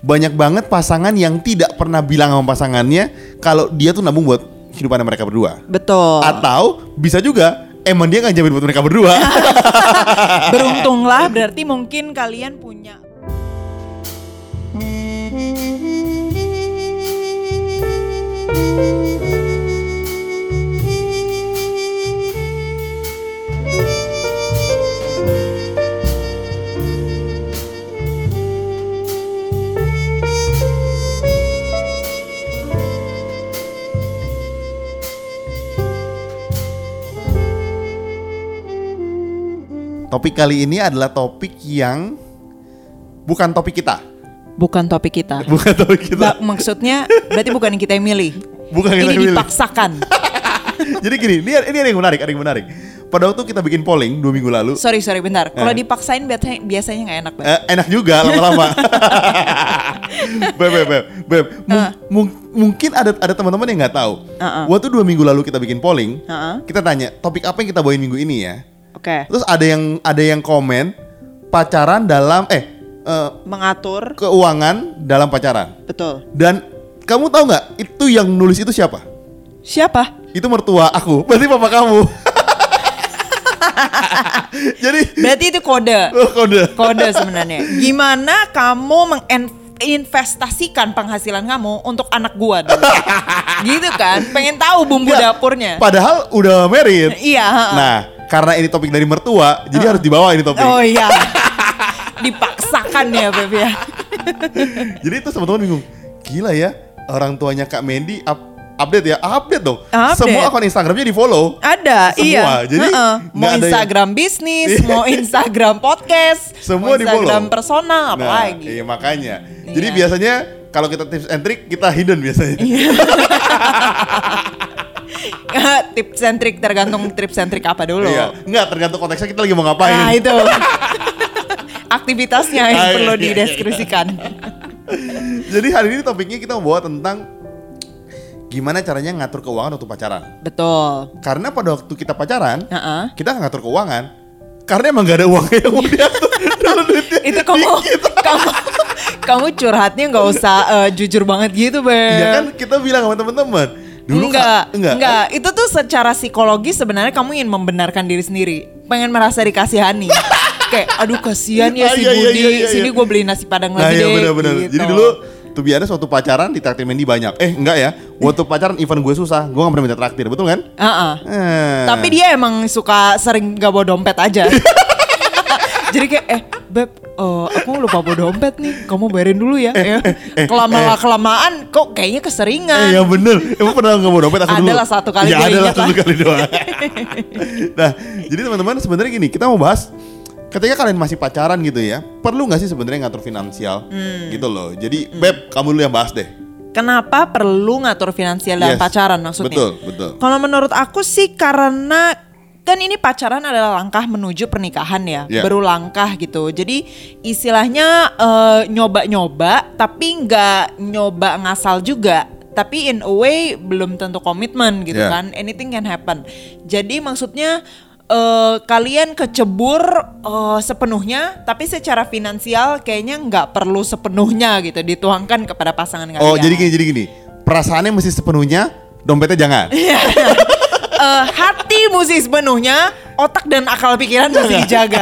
banyak banget pasangan yang tidak pernah bilang sama pasangannya kalau dia tuh nabung buat kehidupan mereka berdua. Betul. Atau bisa juga emang dia nggak jamin buat mereka berdua. Beruntunglah, berarti mungkin kalian punya. Topik kali ini adalah topik yang bukan topik kita. Bukan topik kita. Bukan topik kita. Maksudnya berarti bukan yang kita yang milih. Bukan yang ini kita milih. Dipaksakan. Jadi gini, ini ada yang menarik, Pada waktu kita bikin polling 2 minggu lalu. Sorry bentar. Kalau dipaksain biasanya nggak enak banget. Enak juga lama-lama. Beb. Mungkin ada teman-teman yang nggak tahu. Waktu 2 minggu lalu kita bikin polling, kita tanya topik apa yang kita bawain minggu ini ya. Oke. Terus ada yang komen pacaran dalam mengatur keuangan dalam pacaran. Betul. Dan kamu tahu nggak itu yang nulis itu siapa? Siapa? Itu mertua aku. Berarti papa kamu. Jadi berarti itu kode. Kode sebenarnya. Gimana kamu menginvestasikan penghasilan kamu untuk anak gua dulu? Gitu kan? Pengen tahu bumbu dapurnya. Padahal udah married. Iya. Nah, karena ini topik dari mertua, jadi harus dibawa ini topik. Oh iya. Dipaksakan ya, Beb ya. Jadi itu teman-teman bingung. Gila ya, orang tuanya Kak Mandy update dong. Semua akun Instagramnya di-follow. Ada, semua. iya. Jadi mau Instagram bisnis, mau Instagram podcast, semua mau Instagram di-follow. personal, apalagi. Iya makanya. Jadi biasanya kalau kita tips and trick, kita hidden biasanya. Tips and trick tergantung tips and trick apa dulu. Iya. Enggak, tergantung konteksnya kita lagi mau ngapain. Nah itu aktivitasnya yang perlu dideskripsikan. Jadi hari ini topiknya kita mau bawa tentang gimana caranya ngatur keuangan waktu pacaran. Betul. Karena pada waktu kita pacaran, kita nggak ngatur keuangan. Karena emang gak ada uangnya yang mau diatur. Itu kamu curhatnya nggak usah jujur banget gitu, Beb. Iya kan kita bilang sama teman-teman. Dulu enggak. Itu tuh secara psikologis sebenarnya kamu ingin membenarkan diri sendiri, pengen merasa dikasihani. Kayak aduh kasihan ya si Budi, sini gue beli nasi padang lagi deh. Iya benar. Gitu. Jadi dulu tuh biasa waktu pacaran ditraktir Mandy banyak. Enggak ya. Waktu pacaran event gue susah, gue gak pernah minta traktir, betul kan? Tapi dia emang suka sering gak bawa dompet aja. Jadi kayak Beb, aku lupa bawa dompet nih, kamu bayarin dulu ya. Kelamaan kok kayaknya keseringan. Iya bener, emang pernah gak bawa dompet aku dulu? Adalah satu kali. Ya adalah satu kali doang. Nah jadi teman-teman sebenarnya gini, kita mau bahas ketika kalian masih pacaran gitu ya, perlu gak sih sebenarnya ngatur finansial gitu loh. Jadi Beb, kamu dulu yang bahas deh. Kenapa perlu ngatur finansial dalam pacaran maksudnya? Betul. Kalau menurut aku sih karena kan ini pacaran adalah langkah menuju pernikahan ya, baru langkah gitu. Jadi istilahnya nyoba-nyoba, tapi nggak nyoba ngasal juga. Tapi in a way belum tentu komitmen gitu kan. Anything can happen. Jadi maksudnya kalian kecebur sepenuhnya, tapi secara finansial kayaknya nggak perlu sepenuhnya gitu dituangkan kepada pasangan kalian. Oh jadi gini, perasaannya mesti sepenuhnya, dompetnya jangan. Hati mesti sepenuhnya, otak dan akal pikiran mesti dijaga.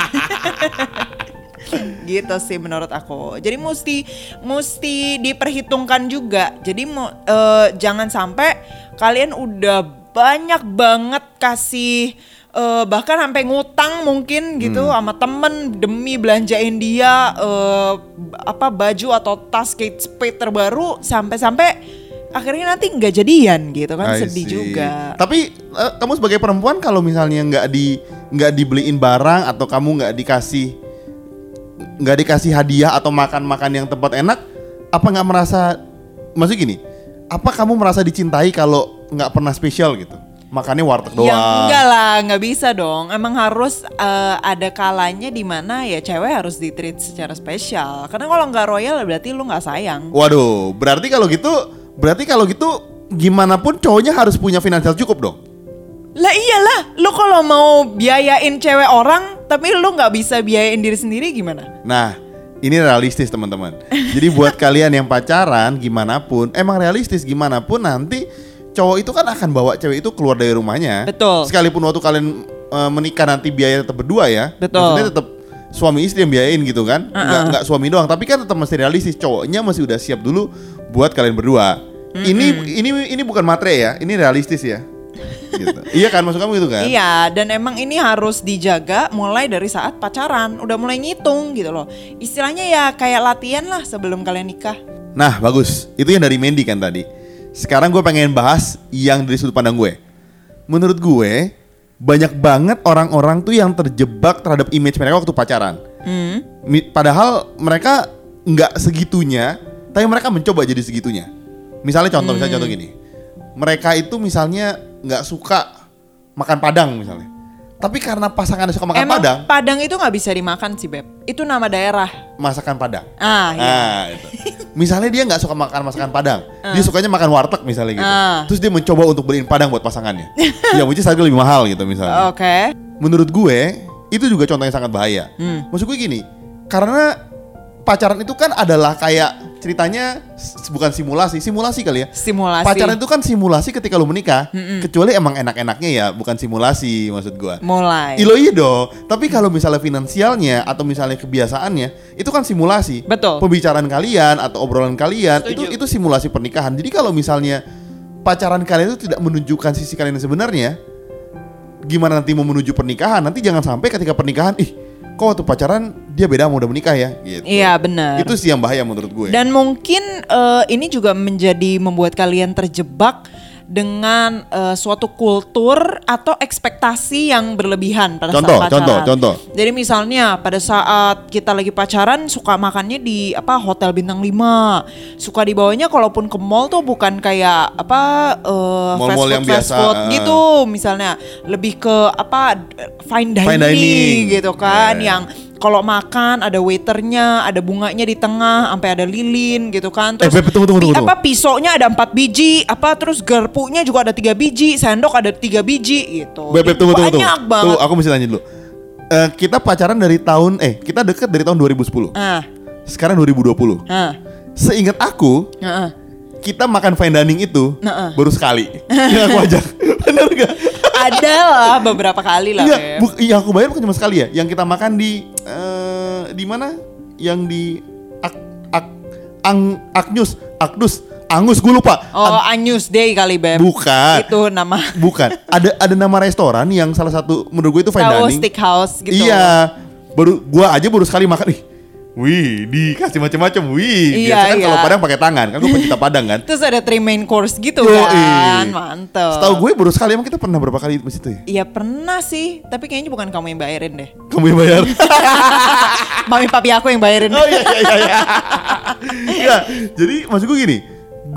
Gitu sih menurut aku. Jadi mesti diperhitungkan juga. Jadi jangan sampai kalian udah banyak banget kasih bahkan sampai ngutang mungkin gitu sama temen demi belanjain dia baju atau tas Kate Spade terbaru sampai akhirnya nanti nggak jadian gitu kan. Sedih juga. Tapi kamu sebagai perempuan kalau misalnya nggak dibeliin barang atau kamu nggak dikasih hadiah atau makan yang tempat enak, apa nggak merasa, maksud gini, apa kamu merasa dicintai kalau nggak pernah spesial gitu? Makannya warteg doang. Ya enggak lah, nggak bisa dong. Emang harus ada kalanya di mana ya cewek harus di-treat secara spesial. Karena kalau nggak royal berarti lu nggak sayang. Waduh, berarti kalau gitu gimana pun cowoknya harus punya finansial cukup dong. Lah iyalah, lu kalau mau biayain cewek orang tapi lu nggak bisa biayain diri sendiri gimana? Nah, ini realistis teman-teman. Jadi buat kalian yang pacaran gimana pun, emang realistis gimana pun nanti cowok itu kan akan bawa cewek itu keluar dari rumahnya. Betul. Sekalipun waktu kalian menikah nanti biaya tetap berdua ya. Betul. Maksudnya tetap suami istri yang biayain gitu kan. Nggak suami doang, tapi kan tetap mesti realistis. Cowoknya masih udah siap dulu buat kalian berdua. Ini bukan matre ya, ini realistis ya. Gitu. Iya kan, maksud kamu gitu kan? Iya, dan emang ini harus dijaga mulai dari saat pacaran, udah mulai ngitung gitu loh. Istilahnya ya kayak latihan lah sebelum kalian nikah. Nah bagus, itu yang dari Mandy kan tadi. Sekarang gue pengen bahas yang dari sudut pandang gue. Menurut gue banyak banget orang-orang tuh yang terjebak terhadap image mereka waktu pacaran. Padahal mereka nggak segitunya, tapi mereka mencoba jadi segitunya. Misalnya contoh gini, mereka itu misalnya nggak suka makan padang misalnya, tapi karena pasangannya suka makan padang itu nggak bisa dimakan sih Beb, itu nama daerah masakan Padang. Iya. Itu. Misalnya dia nggak suka makan masakan Padang, dia sukanya makan warteg misalnya gitu. Terus dia mencoba untuk beliin Padang buat pasangannya, yang which is harga lebih mahal gitu misalnya. Oke. Menurut gue itu juga contoh yang sangat bahaya. Maksud gue gini, karena pacaran itu kan adalah kayak ceritanya bukan simulasi kali ya. Simulasi. Pacaran itu kan simulasi ketika lu menikah, kecuali emang enak-enaknya ya, bukan simulasi maksud gua. Mulai. Iya dong. Tapi kalau misalnya finansialnya atau misalnya kebiasaannya, itu kan simulasi. Betul. Pembicaraan kalian atau obrolan kalian itu simulasi pernikahan. Jadi kalau misalnya pacaran kalian itu tidak menunjukkan sisi kalian yang sebenarnya, gimana nanti mau menuju pernikahan? Nanti jangan sampai ketika pernikahan, kok waktu pacaran dia beda mau udah menikah ya gitu. Iya benar. Itu sih yang bahaya menurut gue. Dan mungkin ini juga membuat kalian terjebak dengan suatu kultur atau ekspektasi yang berlebihan pada saat pacaran. Contoh. Jadi misalnya pada saat kita lagi pacaran suka makannya di hotel bintang 5. Suka dibawanya kalaupun ke mall tuh bukan kayak mall-mall yang fast biasa food gitu misalnya, lebih ke fine dining gitu kan, yang kalau makan ada waiternya, ada bunganya di tengah, sampai ada lilin gitu kan. Terus tunggu. pisaunya ada 4 biji, terus garpunya juga ada 3 biji, sendok ada 3 biji gitu. Tunggu. Banyak banget. Tuh, aku mesti tanya dulu. Kita pacaran dari kita deket dari tahun 2010. Sekarang 2020. Seingat aku, kita makan fine dining itu baru sekali. Yang aku ajak. Bener gak? Ada lah beberapa kali lah. Iya, aku bayar bukan cuma sekali ya. Yang kita makan di mana? Yang di Angus, gue lupa. Anyus Day kali Beb. Bukan. Itu nama. Bukan. Ada nama restoran yang salah satu menurut gue itu fine dining. Steakhouse gitu. Iya. Baru sekali makan. Wih, dikasih macam-macam. Wih, biasanya kan kalau Padang pakai tangan, kan gue pencinta Padang kan. Terus ada 3 main course gitu kan. Mantap. Setahu gue baru sekali, emang kita pernah berapa kali di situ ya? Iya pernah sih, tapi kayaknya bukan kamu yang bayarin deh. Kamu yang bayar? Mami papi aku yang bayarin. Oh iya. Ya, jadi maksud gue gini,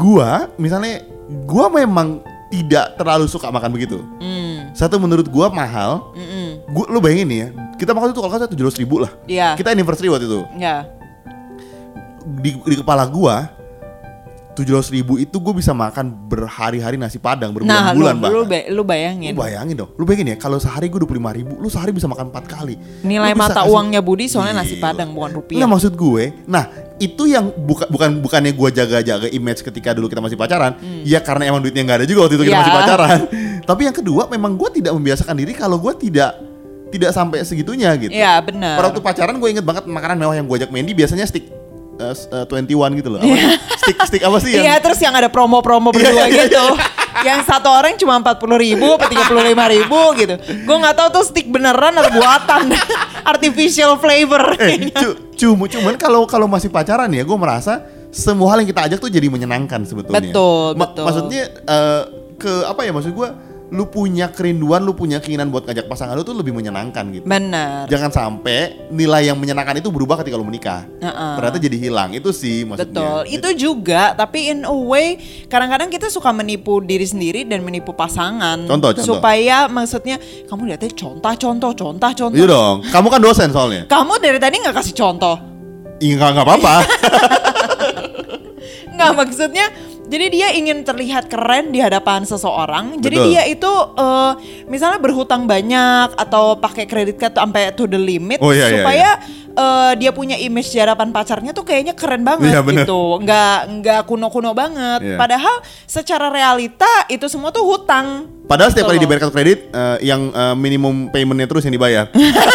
gue memang tidak terlalu suka makan begitu. Satu, menurut gue mahal. Lu bayangin nih ya, kita makan itu kalau kan 700.000 lah. Iya. Kita anniversary waktu itu. Iya. Di kepala gue 700.000 itu gue bisa makan berhari-hari nasi Padang, berbulan-bulan bahkan. Lu bayangin. Lu bayangin ya, kalau sehari gue 25.000, lu sehari bisa makan 4 kali. Nilai mata uangnya Budi soalnya nasi Padang bukan rupiah. Nah maksud gue, itu yang bukannya gue jaga-jaga image ketika dulu kita masih pacaran. Ya karena emang duitnya nggak ada juga waktu itu kita masih pacaran. Tapi yang kedua, memang gue tidak membiasakan diri kalau gue tidak sampai segitunya gitu. Iya benar. Pada waktu pacaran gue inget banget makanan mewah yang gue ajak Mandy biasanya stick 21 gitu loh. Stick apa sih? Iya, terus yang ada promo-promo berdua gitu. Yang satu orang cuma 40.000 atau 35.000 gitu. Gue nggak tahu tuh stick beneran atau buatan. Artificial flavor. Cuman kalau masih pacaran ya, gue merasa semua hal yang kita ajak tuh jadi menyenangkan sebetulnya. Betul. Maksudnya maksud gue, lu punya kerinduan, lu punya keinginan buat ngajak pasangan lu tuh lebih menyenangkan gitu. Benar. Jangan sampai nilai yang menyenangkan itu berubah ketika lu menikah. Ternyata jadi hilang. Itu sih maksudnya. Betul. Itu juga, tapi in a way kadang-kadang kita suka menipu diri sendiri dan menipu pasangan. Contoh. Supaya maksudnya kamu lihatnya contoh. Iya dong. Kamu kan dosen soalnya. Kamu dari tadi nggak kasih contoh. Iya nggak apa-apa. Nggak, maksudnya Jadi dia ingin terlihat keren di hadapan seseorang. Jadi Betul. dia itu misalnya berhutang banyak atau pakai kredit card sampai to the limit supaya dia punya image di hadapan pacarnya tuh kayaknya keren banget gitu. Nggak kuno-kuno banget. Padahal secara realita itu semua tuh hutang. Padahal setiap kali dibayar kartu kredit yang minimum paymentnya terus yang dibayar.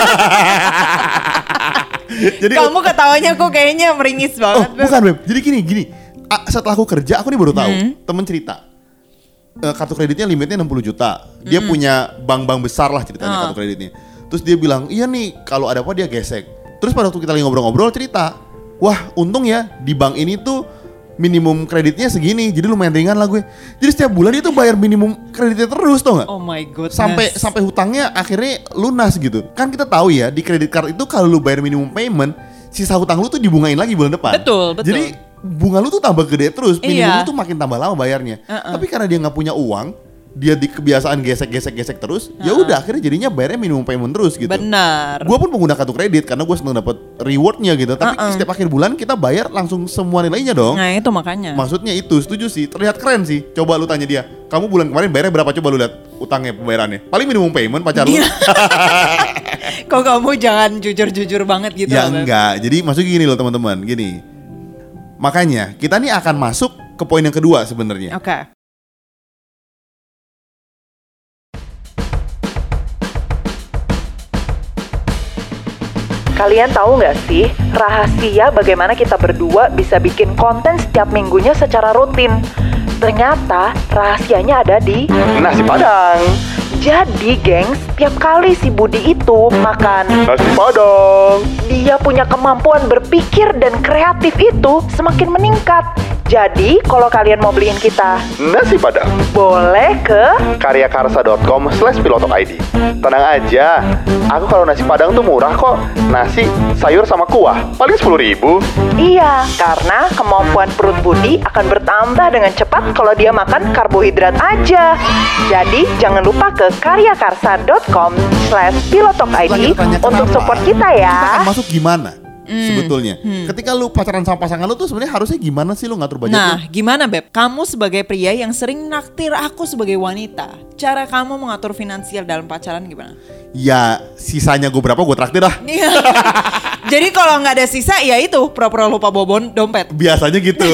Jadi kamu ketawanya kok kayaknya meringis banget. Bukan Beb, jadi gini. Setelah aku kerja, aku nih baru tahu. Temen cerita, kartu kreditnya limitnya 60 juta. Dia punya bank-bank besar lah ceritanya kartu kreditnya. Terus dia bilang, iya nih kalau ada apa dia gesek. Terus pada waktu kita lagi ngobrol-ngobrol cerita, wah untung ya di bank ini tuh minimum kreditnya segini, jadi lumayan ringan lah gue. Jadi setiap bulan dia tuh bayar minimum kreditnya terus, tau nggak? Oh my goodness. Sampai hutangnya akhirnya lunas gitu. Kan kita tahu ya di kredit card itu kalau lu bayar minimum payment, sisa hutang lu tuh dibungain lagi bulan depan. Betul. Jadi bunga lu tuh tambah gede terus, minimum lu tuh makin tambah lama bayarnya. Tapi karena dia nggak punya uang, dia di kebiasaan gesek terus, ya udah akhirnya jadinya bayarnya minimum payment terus gitu. Benar. Gue pun pengguna kartu kredit karena gue seneng dapat rewardnya gitu. Tapi setiap akhir bulan kita bayar langsung semua nilainya dong. Nah itu makanya. Maksudnya itu setuju sih, terlihat keren sih. Coba lu tanya dia, kamu bulan kemarin bayarnya berapa? Coba lu lihat utangnya pembayarannya. Paling minimum payment pacar lu. Kok kamu jangan jujur-jujur banget gitu? Ya enggak. Jadi maksudnya gini loh teman-teman, gini. Makanya kita nih akan masuk ke poin yang kedua sebenarnya. Oke. Kalian tahu nggak sih rahasia bagaimana kita berdua bisa bikin konten setiap minggunya secara rutin? Ternyata rahasianya ada di nasi padang. Jadi gengs, tiap kali si Budi itu makan nasi padang, dia punya kemampuan berpikir dan kreatif itu semakin meningkat. Jadi kalau kalian mau beliin kita nasi padang, boleh ke karyakarsa.com/pilotokid. Tenang aja, aku kalau nasi padang tuh murah kok. Nasi, sayur sama kuah, paling 10.000. Iya, karena kemampuan perut Budi akan bertambah dengan cepat kalau dia makan karbohidrat aja. Jadi jangan lupa ke karyakarsa.com/pilotokid untuk support kita ya. Kita akan masuk gimana? Sebetulnya ketika lu pacaran sama pasangan lu tuh sebenarnya harusnya gimana sih lu ngatur budgetnya? Nah gimana Beb, kamu sebagai pria yang sering naktir aku sebagai wanita, cara kamu mengatur finansial dalam pacaran gimana? Ya sisanya gue berapa gue traktir lah. Jadi kalau nggak ada sisa ya itu pura-pura lupa bawa dompet. Biasanya gitu.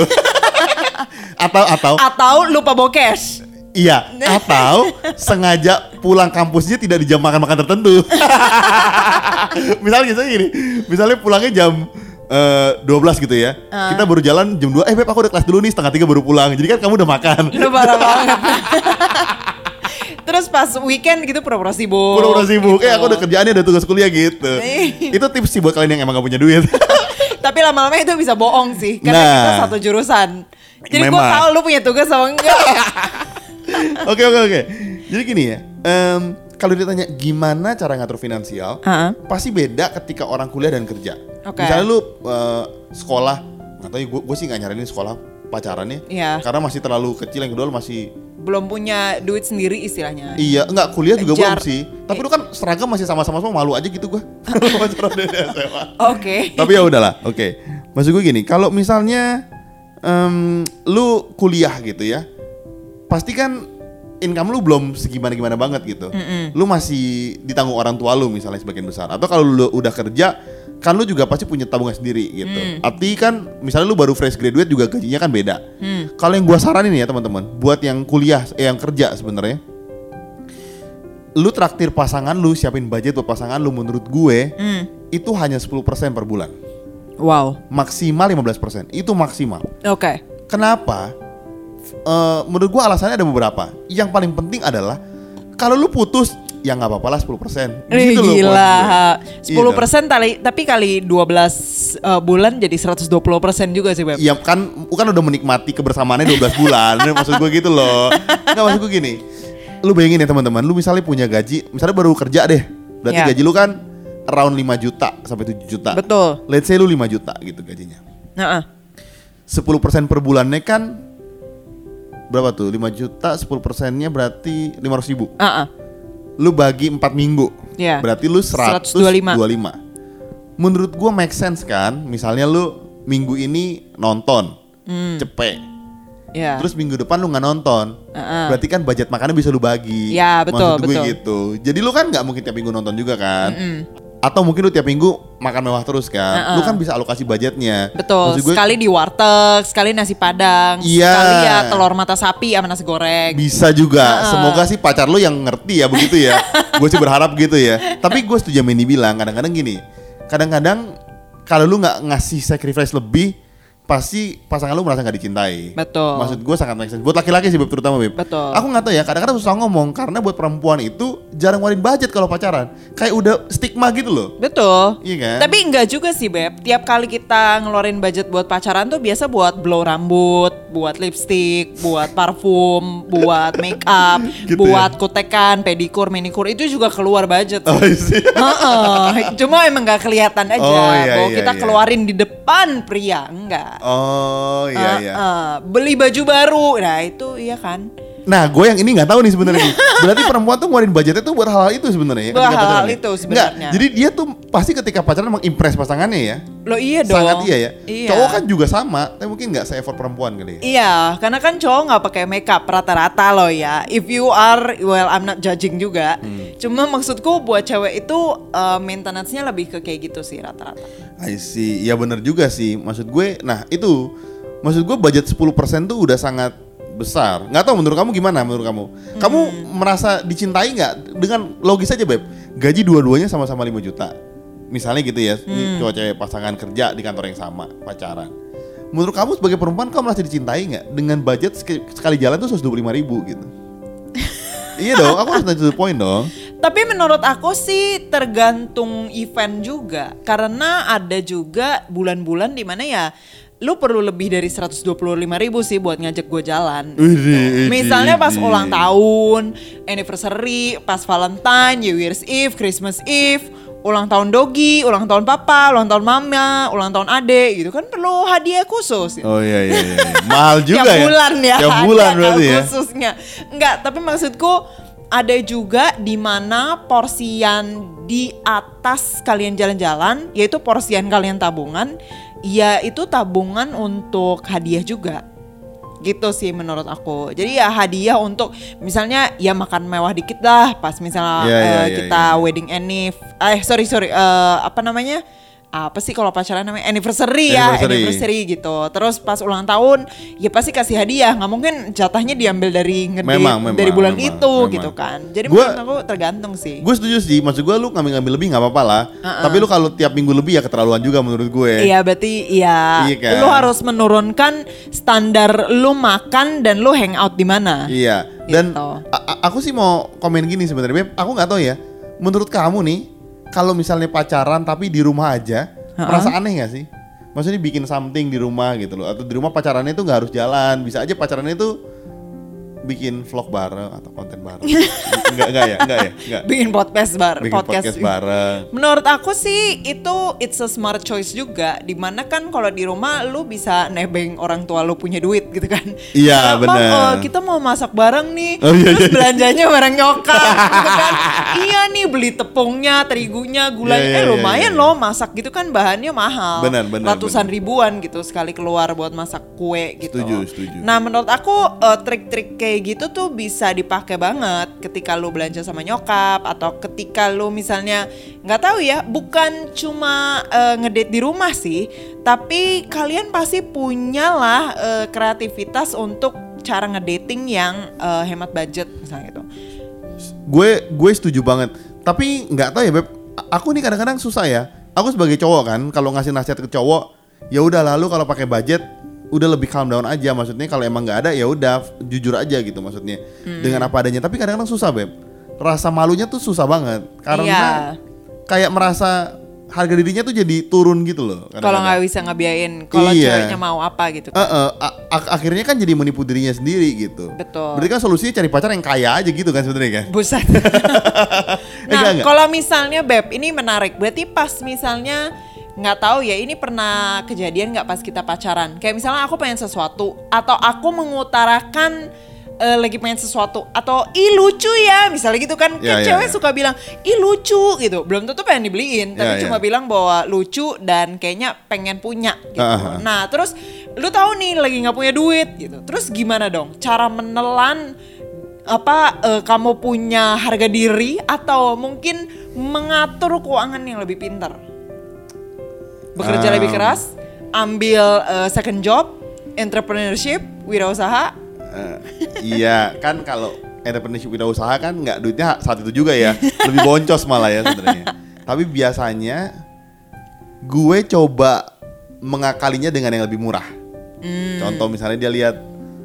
atau lupa bawa cash. Iya, atau sengaja pulang kampusnya tidak di jam makan-makan tertentu. Misalnya gini, misalnya pulangnya jam 12 gitu ya. Kita baru jalan jam 2, Beb aku udah kelas dulu nih, 2:30 baru pulang. Jadi kan kamu udah makan. Lu parah banget. Terus pas weekend gitu pura-pura sibuk. Gitu. Aku udah kerjaannya, ada tugas kuliah gitu. Itu tips sih buat kalian yang emang gak punya duit. Tapi lama-lama itu bisa bohong sih, karena kita satu jurusan. Jadi gue tahu lu punya tugas sama enggak. Oke. Jadi gini ya, kalau ditanya gimana cara ngatur finansial, pasti beda ketika orang kuliah dan kerja. Misalnya lu sekolah, nggak tahu, gue sih nggak nyaranin sekolah pacarannya, karena masih terlalu kecil. Yang kedua lu masih belum punya duit sendiri istilahnya. Iya, enggak, kuliah juga belum sih. Tapi lu kan seragam masih sama-sama, malu aja gitu gue. Oke. Tapi ya udahlah. Oke. Maksud gue gini, kalau misalnya lu kuliah gitu ya, pasti kan income lu belum segimana-gimana banget gitu. Lu masih ditanggung orang tua lu misalnya sebagian besar. Atau kalau lu udah kerja, kan lu juga pasti punya tabungan sendiri gitu. Arti kan misalnya lu baru fresh graduate juga gajinya kan beda. Kalau yang gua saranin ya teman-teman, buat yang kuliah, yang kerja sebenarnya, lu traktir pasangan lu, siapin budget buat pasangan lu, menurut gue itu hanya 10% per bulan. Wow. Maksimal 15%. Itu maksimal. Oke. Kenapa? Menurut gua alasannya ada beberapa. Yang paling penting adalah kalau lu putus, ya nggak apa-apa lah 10%. Gitu gila. 10% tapi kali 12 bulan jadi 120% juga sih Beb. Iya kan udah menikmati kebersamaannya 12 bulan. Maksud gue gitu loh. Nggak, maksud gue gini. Lu bayangin ya teman-teman, lu misalnya punya gaji, misalnya baru kerja deh. Berarti gaji lu kan around 5 juta sampai 7 juta. Betul. Let's say lu 5 juta gitu gajinya. 10% per bulannya kan berapa tuh? 5 juta, 10%-nya berarti 500.000. Lu bagi 4 minggu, berarti lu 125. Menurut gua make sense kan? Misalnya lu minggu ini nonton, cepet. Iya. terus minggu depan lu nggak nonton, berarti kan budget makannya bisa lu bagi. Ya, betul, Maksud gue betul. gitu. Jadi lu kan nggak mungkin tiap minggu nonton juga kan? Atau mungkin lu tiap minggu makan mewah terus kan? Lu kan bisa alokasi budgetnya. Betul, Maksud gue, sekali di warteg, sekali nasi padang, Iya. sekali ya telur mata sapi sama nasi goreng. bisa juga. Semoga sih pacar lu yang ngerti ya begitu ya. Gue sih berharap gitu ya. Tapi gue setuju sama Meni bilang, kadang-kadang gini. Kadang-kadang kalau lu nggak ngasih sacrifice lebih, pasti pasangan lu merasa nggak dicintai. Betul. Maksud gue sangat make sense. Buat laki-laki sih Beb, terutama Beb. Betul. Aku nggak tahu ya. Kadang-kadang susah ngomong karena buat perempuan itu jarang ngeluarin budget kalau pacaran. Kayak udah stigma gitu loh. Betul. Iya kan? Tapi enggak juga sih Beb. Tiap kali kita ngeluarin budget buat pacaran tuh biasa buat blow rambut, buat lipstick, buat parfum, buat make up, Gitu buat kutekan, pedikur, manicure itu juga keluar budget. Oh sih. Heeh. Cuma emang nggak kelihatan aja Oh, iya, bahwa iya, kita iya. keluarin di depan pria, enggak. Oh iya iya. Beli baju baru, nah itu iya kan. Nah, gue yang ini nggak tahu nih sebenarnya. nih. Berarti perempuan tuh ngeluarin budgetnya tuh buat hal-hal itu sebenarnya. Ya, Buat ketika hal-hal pacaran ya? itu sebenarnya. Nggak, jadi dia tuh pasti ketika pacaran mengimpress pasangannya ya. Lo iya dong. Sangat iya ya. Iya. Cowok kan juga sama, tapi mungkin nggak se-effort perempuan kali ya. Iya, karena kan cowok nggak pakai makeup rata-rata loh ya. If you are, well I'm not judging juga. Cuma maksudku buat cewek itu maintenance-nya lebih ke kayak gitu sih rata-rata. I see. Ya bener juga sih. Maksud gue, nah itu. Maksud gue budget 10% tuh udah sangat besar. Nggak tahu menurut kamu gimana menurut kamu? Kamu merasa dicintai nggak? Dengan logis aja Beb. Gaji dua-duanya sama-sama 5 juta. Misalnya gitu ya. Ini cowok cewek pasangan kerja di kantor yang sama, pacaran. Menurut kamu sebagai perempuan kamu merasa dicintai nggak? Dengan budget sekali jalan tuh 125.000 gitu. Iya dong, aku harus to the point dong. Tapi menurut aku sih tergantung event juga. Karena ada juga bulan-bulan di mana ya lu perlu lebih dari 125.000 sih buat ngajak gue jalan. Misalnya pas ulang tahun, anniversary, pas Valentine, New Year's Eve, Christmas Eve, ulang tahun Dogi, ulang tahun Papa, ulang tahun Mama, ulang tahun Ade gitu kan perlu hadiah khusus. Oh iya. Mahal juga Tiap ya. bulan ya. Tiap bulan hadiah berarti ya. khususnya. Enggak, tapi maksudku ada juga di mana porsian di atas kalian jalan-jalan, yaitu porsian kalian tabungan, ya itu tabungan untuk hadiah juga. Gitu sih menurut aku. Jadi ya hadiah untuk misalnya ya makan mewah dikit lah pas misalnya kita wedding apa namanya? Apa sih kalau pacaran namanya anniversary gitu. Terus pas ulang tahun ya pasti kasih hadiah, nggak mungkin jatahnya diambil dari dari bulan itu gitu kan. Jadi menurut aku tergantung sih. Gue setuju sih, maksud gue lu ngambil lebih nggak apa-apa lah. Tapi lu kalau tiap minggu lebih ya keterlaluan juga menurut gue. Iya berarti iya kan? lu harus menurunkan standar lu makan dan lu hangout di mana. Iya. Dan Gitu. aku sih mau komen gini sebenarnya, Beb. Aku nggak tahu ya. Menurut kamu nih, kalau misalnya pacaran tapi di rumah aja, merasa aneh gak sih? Maksudnya bikin something di rumah gitu loh. Atau di rumah pacarannya itu gak harus jalan. Bisa aja pacarannya itu bikin vlog bareng atau konten bareng. Enggak ya. Bikin podcast Bikin podcast bareng. Menurut aku sih itu it's a smart choice juga. Dimana kan kalau di rumah lu bisa nebeng orang tua lu punya duit gitu kan. Iya benar. Kita mau masak bareng nih. Iya. Terus belanjanya bareng nyokap gitu kan. Iya nih beli tepungnya, terigunya, gulanya. Lumayan loh masak gitu kan bahannya mahal. Benar. Ratusan ribuan gitu sekali keluar buat masak kue gitu. Setuju. Nah menurut aku trik-trik kayak gitu tuh bisa dipakai banget ketika lu belanja sama nyokap atau ketika lu misalnya nggak tahu ya, bukan cuma ngedate di rumah sih, tapi kalian pasti punya lah kreativitas untuk cara ngedating yang hemat budget misalnya gitu. Gue setuju banget. Tapi nggak tahu ya Beb, aku nih kadang-kadang susah ya. Aku sebagai cowok kan, kalau ngasih nasihat ke cowok, ya udah lalu kalau pakai budget udah lebih calm down aja. Maksudnya kalau emang nggak ada ya udah jujur aja gitu maksudnya dengan apa adanya. Tapi kadang-kadang susah Beb, rasa malunya tuh susah banget karena kayak merasa harga dirinya tuh jadi turun gitu loh. Kalau nggak bisa ngebiayain, kalau ceweknya mau apa gitu. Akhirnya kan jadi menipu dirinya sendiri gitu. Betul. Berarti kan solusinya cari pacar yang kaya aja gitu kan sebenarnya kan. Buset. Nah kalau misalnya Beb ini menarik. Berarti pas misalnya nggak tahu ya, ini pernah kejadian nggak pas kita pacaran? Kayak misalnya aku pengen sesuatu atau aku mengutarakan lagi pengen sesuatu atau ih lucu ya misalnya gitu kan, cewek suka bilang ih lucu gitu, belum tentu pengen dibeliin tapi cuma bilang bahwa lucu dan kayaknya pengen punya gitu. Nah terus lu tahu nih lagi nggak punya duit gitu, terus gimana dong cara menelan kamu punya harga diri atau mungkin mengatur keuangan yang lebih pintar, bekerja lebih keras, ambil second job, entrepreneurship, wirausaha. Iya kan, kalau entrepreneurship wirausaha kan nggak duitnya saat itu juga ya, lebih boncos malah ya sebenarnya. Tapi biasanya gue coba mengakalinya dengan yang lebih murah. Contoh misalnya dia lihat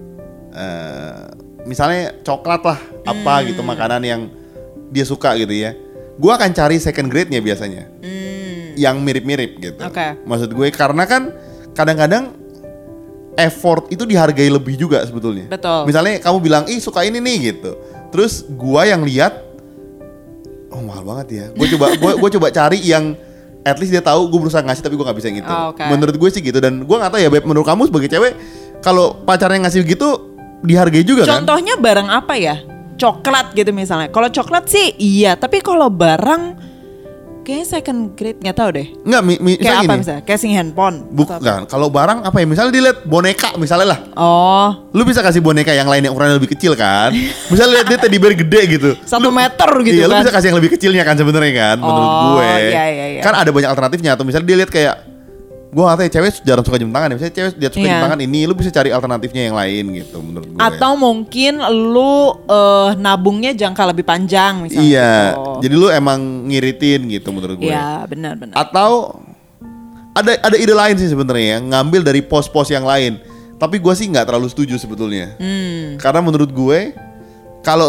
misalnya coklat lah apa gitu, makanan yang dia suka gitu ya, gue akan cari second grade-nya biasanya yang mirip-mirip gitu. Maksud gue karena kan kadang-kadang effort itu dihargai lebih juga sebetulnya. Betul. Misalnya kamu bilang, ih suka ini nih gitu. Terus gua yang lihat, oh mahal banget ya. Gue coba cari yang at least dia tahu gue berusaha ngasih tapi gue nggak bisa yang itu. Menurut gue sih gitu. Dan gue nggak tahu ya Beb, menurut kamu sebagai cewek, kalau pacarnya ngasih gitu dihargai juga kan? Contohnya barang apa ya? Coklat gitu misalnya. Kalau coklat sih iya, tapi kalau barang kayaknya second grade nggak tahu deh. Nggak, kayak apa gini. Misalnya casing handphone. Bukan. Kalau barang apa ya? Misalnya dilihat boneka misalnya lah. Oh. Lu bisa kasih boneka yang lain yang ukurannya lebih kecil kan? Misalnya lihat dia teddy bear gede gitu. 1 meter gitu iya, kan. Lu bisa kasih yang lebih kecilnya kan sebenarnya kan? Menurut gue. Iya. Kan ada banyak alternatifnya. Atau misalnya dia lihat kayak, gue nggak tahu ya, cewek jarang suka jam tangan ya. Misalnya cewek dia suka jam tangan ini, lu bisa cari alternatifnya yang lain gitu menurut gue. Atau mungkin lu nabungnya jangka lebih panjang misalnya. Iya, jadi lu emang ngiritin gitu menurut gue. Iya, benar. Atau ada ide lain sih sebenarnya, ngambil dari pos-pos yang lain. Tapi gue sih nggak terlalu setuju sebetulnya. Karena menurut gue, kalau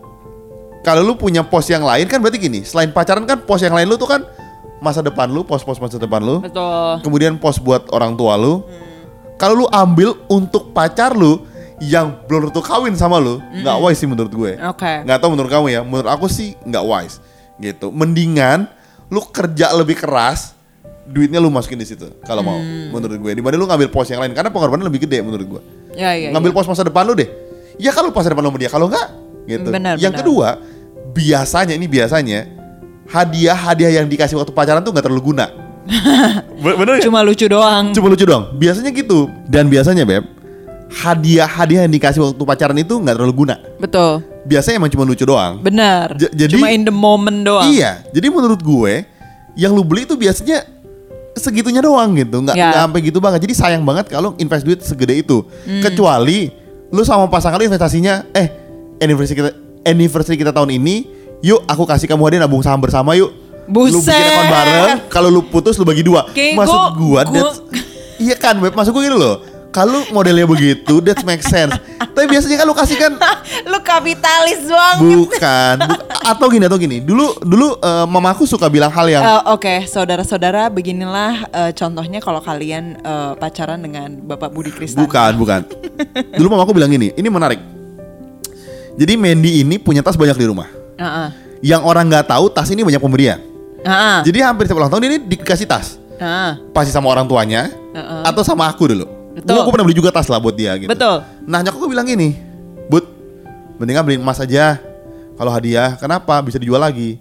lu punya pos yang lain kan berarti gini, selain pacaran kan pos yang lain lu tuh kan masa depan lu, pos-pos masa depan lu. Betul. Kemudian pos buat orang tua lu. Kalau lu ambil untuk pacar lu yang belum tentu kawin sama lu, nggak wise sih menurut gue. Nggak tahu menurut kamu ya. Menurut aku sih nggak wise gitu. Mendingan lu kerja lebih keras, duitnya lu masukin di situ kalau mau. Menurut gue. Dibanding lu ngambil pos yang lain karena pengorbanan lebih gede menurut gue. Ngambil pos masa depan lu deh. Ya kalau masa depan lu sama dia, kalau nggak gitu. Yang kedua, biasanya hadiah yang dikasih waktu pacaran tuh nggak terlalu guna. Bener Cuma lucu doang. Biasanya gitu. Dan biasanya Beb, hadiah yang dikasih waktu pacaran itu nggak terlalu guna. Betul. Biasanya emang cuma lucu doang. Benar. Jadi cuma in the moment doang. Iya. Jadi menurut gue, yang lu beli itu biasanya segitunya doang gitu, nggak sampai gitu banget. Jadi sayang banget kalau invest duit segede itu. Kecuali lu sama pasangan lu investasinya, anniversary kita tahun ini. Yuk aku kasih kamu hadiah nabung saham bersama yuk. Buset. Lu bikin akun bareng, kalau lu putus lu bagi 2. Maksud gua iya kan Beb, maksud gua gitu loh. Kalau modelnya begitu, that makes sense. Tapi biasanya kan lu kasih kan lu kapitalis banget. Bukan. Atau gini. Dulu mamaku suka bilang hal yang Oke, saudara-saudara, beginilah contohnya kalau kalian pacaran dengan Bapak Budi Kristan. Bukan. Dulu mamaku bilang gini, ini menarik. Jadi Mandy ini punya tas banyak di rumah. Yang orang nggak tahu tas ini banyak pemberian. Jadi hampir setiap ulang tahun ini dikasih tas. Pasti sama orang tuanya atau sama aku dulu. Aku pernah beli juga tas lah buat dia gitu. Betul. Nah nyokapku bilang gini, Bud, mendingan beliin emas aja kalau hadiah. Kenapa? Bisa dijual lagi.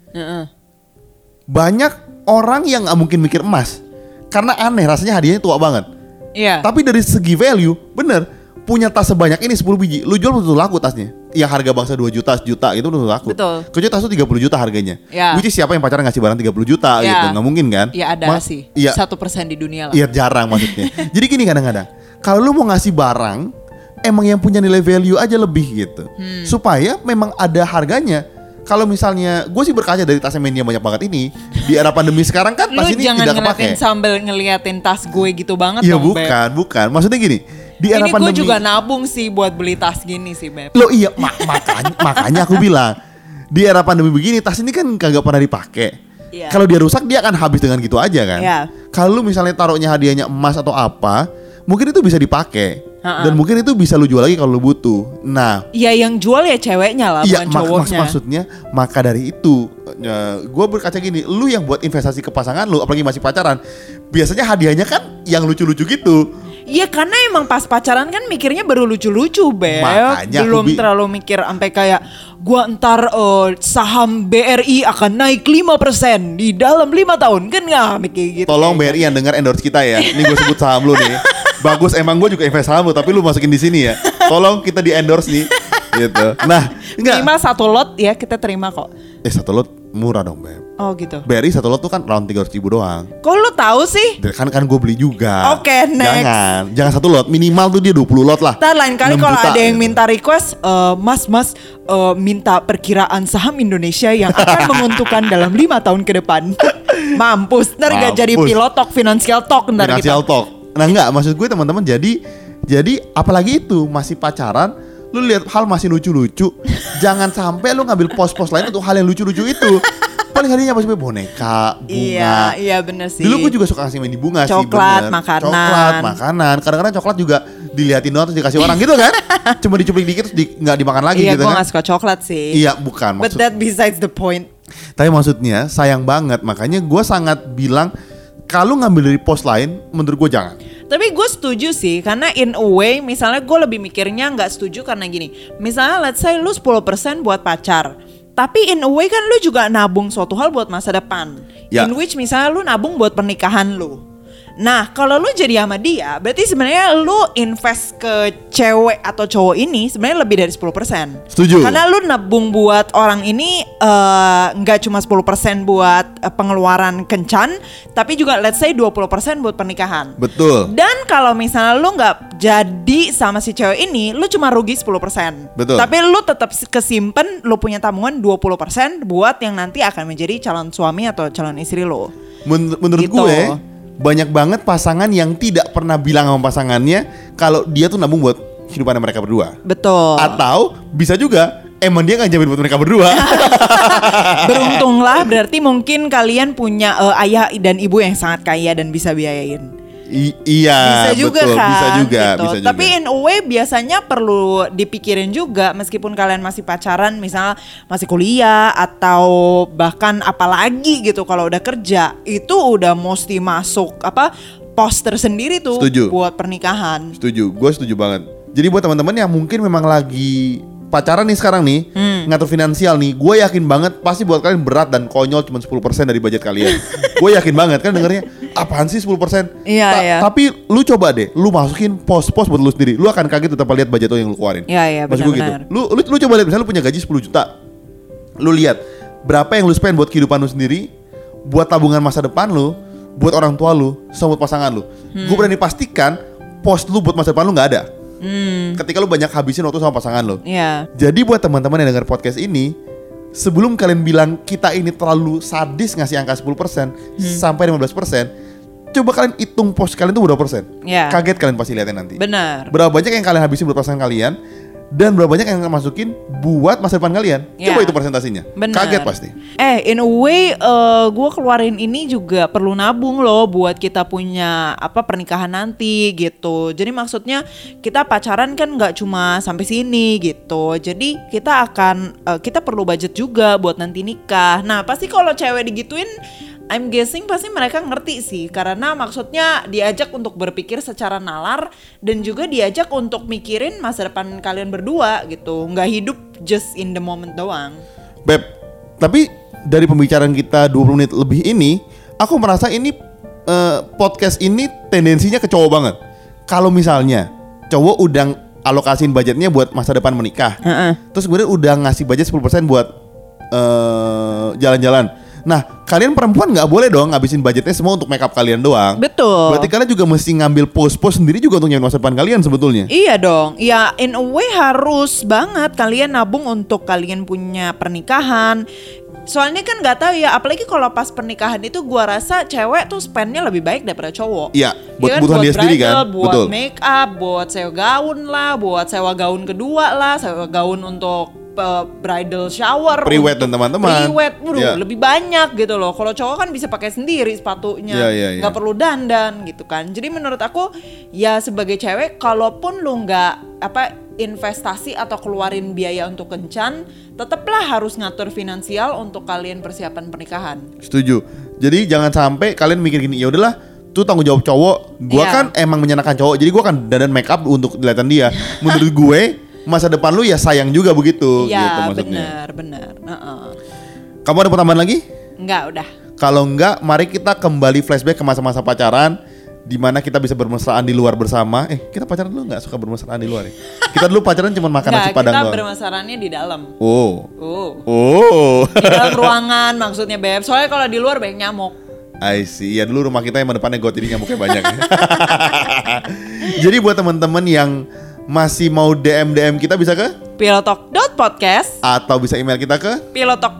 Banyak orang yang nggak mungkin mikir emas karena aneh, rasanya hadiahnya tua banget. Iya. Tapi dari segi value, bener, punya tas sebanyak ini 10 biji, lu jual betul laku tasnya. Yang harga bangsa 2 juta, sejuta itu betul laku. Betul. Kecuali tas itu 30 juta harganya. Ya. Which is siapa yang pacaran ngasih barang 30 juta gitu, nggak mungkin kan? Iya ada sih. Iya. 1% di dunia lah. Iya jarang maksudnya. Jadi gini kadang-kadang, kalau lu mau ngasih barang, emang yang punya nilai value aja lebih gitu. Supaya memang ada harganya. Kalau misalnya, gue sih berkaca dari tasnya Mandy yang banyak banget ini, di era pandemi sekarang kan tas ini tidak kepake. Lu jangan sambil ngeliatin tas gue gitu banget dong, Beb. Bukan. Maksudnya gini, di era ini pandemi. Ini gue juga nabung sih buat beli tas gini sih, Beb. Loh iya, makanya aku bilang, di era pandemi begini, tas ini kan kagak pernah dipakai. Yeah. Kalau dia rusak, dia akan habis dengan gitu aja kan. Yeah. Kalau misalnya taruhnya hadiahnya emas atau apa, mungkin itu bisa dipakai. Dan mungkin itu bisa lu jual lagi kalau lu butuh. Nah, ya yang jual ya ceweknya lah, bukan cowoknya. Maksudnya, maka dari itu, gue berkaca gini, lu yang buat investasi ke pasangan lu, apalagi masih pacaran, biasanya hadiahnya kan yang lucu-lucu gitu. Iya karena emang pas pacaran kan mikirnya baru lucu-lucu Beb. Makanya belum terlalu mikir sampai kayak gua ntar saham BRI akan naik 5% di dalam 5 tahun. Kan nggak mikir gitu. Tolong BRI yang dengar endorse kita ya. Ini gue sebut saham lu nih. Bagus, emang gue juga invest saham lu, tapi lu masukin di sini ya. Tolong kita di endorse nih. Gitu. Nah, enggak. Minimal 1 lot ya kita terima kok. 1 lot murah dong Beb. Oh gitu. BRI 1 lot tuh kan round 300.000 doang. Kok lu tahu sih? Kan gue beli juga. Oke, next. Jangan 1 lot, minimal tuh dia 20 lot lah. Ntar lain kali 6 kalau juta, ada yang gitu. minta request, Mas minta perkiraan saham Indonesia yang akan menguntungkan dalam 5 tahun ke depan. Mampus, ntar gak jadi pilot talk, financial talk ntar Financial kita. talk. Nah enggak, maksud gue teman-teman jadi apalagi itu masih pacaran, lu lihat hal masih lucu-lucu, jangan sampai lu ngambil pos-pos lain untuk hal yang lucu-lucu itu. Paling harinya apa sih boneka, bunga. Iya bener sih. Dulu gue juga suka kasih main di bunga sih. Coklat, bener. makanan. Coklat, makanan. Kadang-kadang coklat juga diliatin doang terus dikasih orang gitu kan. Cuma dicuplik dikit terus nggak dimakan lagi Iya gitu gue kan. gak suka coklat sih. Iya bukan But that besides the point. Tapi maksudnya sayang banget. Makanya gue sangat bilang kalau ngambil dari pos lain menurut gue jangan. Tapi gue setuju sih, karena in a way misalnya gue lebih mikirnya gak setuju karena gini. Misalnya let's say lu 10% buat pacar, tapi in a way kan lu juga nabung suatu hal buat masa depan. Ya. In which misalnya lu nabung buat pernikahan lu. Nah kalau lu jadi sama dia, berarti sebenarnya lu invest ke cewek atau cowok ini sebenarnya lebih dari 10%. Setuju. Karena lu nabung buat orang ini nggak cuma 10% buat pengeluaran kencan, tapi juga let's say 20% buat pernikahan. Betul. Dan kalau misalnya lu nggak jadi sama si cewek ini, lu cuma rugi 10%. Betul. Tapi lu tetap kesimpen, lu punya tabungan 20% buat yang nanti akan menjadi calon suami atau calon istri lu. Menurut Gitu. gue banyak banget pasangan yang tidak pernah bilang sama pasangannya kalau dia tuh nabung buat kehidupan mereka berdua. Betul. Atau bisa juga emang dia nggak jamin buat mereka berdua. Beruntunglah berarti mungkin kalian punya ayah dan ibu yang sangat kaya dan bisa biayain. Iya, Bisa juga betul, kan bisa juga, gitu. bisa juga. Tapi in a way biasanya perlu dipikirin juga meskipun kalian masih pacaran, misalnya masih kuliah atau bahkan apalagi gitu kalau udah kerja, itu udah mesti masuk pos tersendiri tuh Setuju. buat pernikahan. Setuju, gue setuju banget. Jadi buat teman-teman yang mungkin memang lagi pacaran nih sekarang nih, ngatur finansial nih, gue yakin banget pasti buat kalian berat dan konyol cuma 10% dari budget kalian. Gue yakin banget kan dengarnya, apaan sih 10%? Iya. Tapi lu coba deh, lu masukin pos-pos buat lu sendiri. Lu akan kaget tetap lihat budget lu yang lu keluarin. Iya, Maksud gue gitu. benar-benar. Lu coba lihat, misalnya lu punya gaji 10 juta. Lu lihat berapa yang lu spend buat kehidupan lu sendiri, buat tabungan masa depan lu, buat orang tua lu, sama buat pasangan lu. Gue berani pastikan pos lu buat masa depan lu nggak ada. Ketika lu banyak habisin waktu sama pasangan lu. Iya. Jadi buat teman-teman yang dengar podcast ini, sebelum kalian bilang kita ini terlalu sadis ngasih angka 10% sampai 15%, coba kalian hitung pos kalian itu berapa persen. Iya. Kaget kalian pasti lihatnya nanti. Benar. Berapa banyak yang kalian habisin buat pasangan kalian dan berapa banyak yang kalian masukin buat masa depan kalian. Iya. Coba itu presentasinya. Benar. Kaget pasti. In a way gue keluarin ini juga perlu nabung loh buat kita punya pernikahan nanti gitu. Jadi maksudnya kita pacaran kan nggak cuma sampai sini gitu. Jadi kita kita perlu budget juga buat nanti nikah. Nah pasti kalau cewek digituin, I'm guessing pasti mereka ngerti sih, karena maksudnya diajak untuk berpikir secara nalar dan juga diajak untuk mikirin masa depan kalian berdua gitu, nggak hidup just in the moment doang. Beb, tapi dari pembicaraan kita 20 menit lebih ini, aku merasa ini podcast ini tendensinya ke cowok banget. Kalau misalnya cowok udah alokasiin budgetnya buat masa depan menikah, terus kemudian udah ngasih budget 10% buat jalan-jalan. Nah, kalian perempuan nggak boleh dong ngabisin budgetnya semua untuk make up kalian doang. Betul. Berarti kalian juga mesti ngambil pos-pos sendiri juga untuk nyiapin masa depan kalian sebetulnya. Iya dong. Ya in a way harus banget kalian nabung untuk kalian punya pernikahan. Soalnya kan nggak tahu ya, apalagi kalau pas pernikahan itu gua rasa cewek tuh spendnya lebih baik daripada cowok. Iya, buat Ya kan, kebutuhan dia sendiri kan. Buat Betul. make up, buat sewa gaun lah, buat sewa gaun kedua lah, sewa gaun untuk bridal shower, Pre-wed dan teman-teman. Pre-wed, Ya. lebih banyak gitu loh. Kalau cowok kan bisa pakai sendiri sepatunya, Ya. nggak perlu dandan gitu kan. Jadi menurut aku ya sebagai cewek, kalaupun lu nggak investasi atau keluarin biaya untuk kencan, tetaplah harus ngatur finansial untuk kalian persiapan pernikahan. Setuju. Jadi jangan sampai kalian mikir gini, ya udahlah itu tanggung jawab cowok. Gue Iya. kan emang menyenangkan cowok, jadi gue kan dandan make up untuk dilihatin dia. Menurut gue masa depan lu ya sayang juga begitu. Gitu Iya maksudnya. benar. Kamu ada pertambahan lagi? Enggak udah. Kalau enggak, mari kita kembali flashback ke masa-masa pacaran, di mana kita bisa bermesraan di luar bersama. Kita pacaran dulu nggak suka bermesraan di luar ya? Kita dulu pacaran cuma makan nasi padang kita doang. bermasalahnya di dalam. Oh. Di dalam ruangan maksudnya Beb. Soalnya kalau di luar banyak nyamuk. I see. Ya dulu rumah kita yang depannya got, jadi nyamuknya banyak. Jadi buat teman-teman yang masih mau DM kita bisa ke pilotalk.podcast atau bisa email kita ke.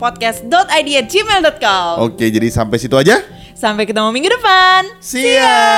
pilotalkpodcast.id@gmail.com. Oke, jadi sampai situ aja. Sampai ketemu minggu depan. See ya.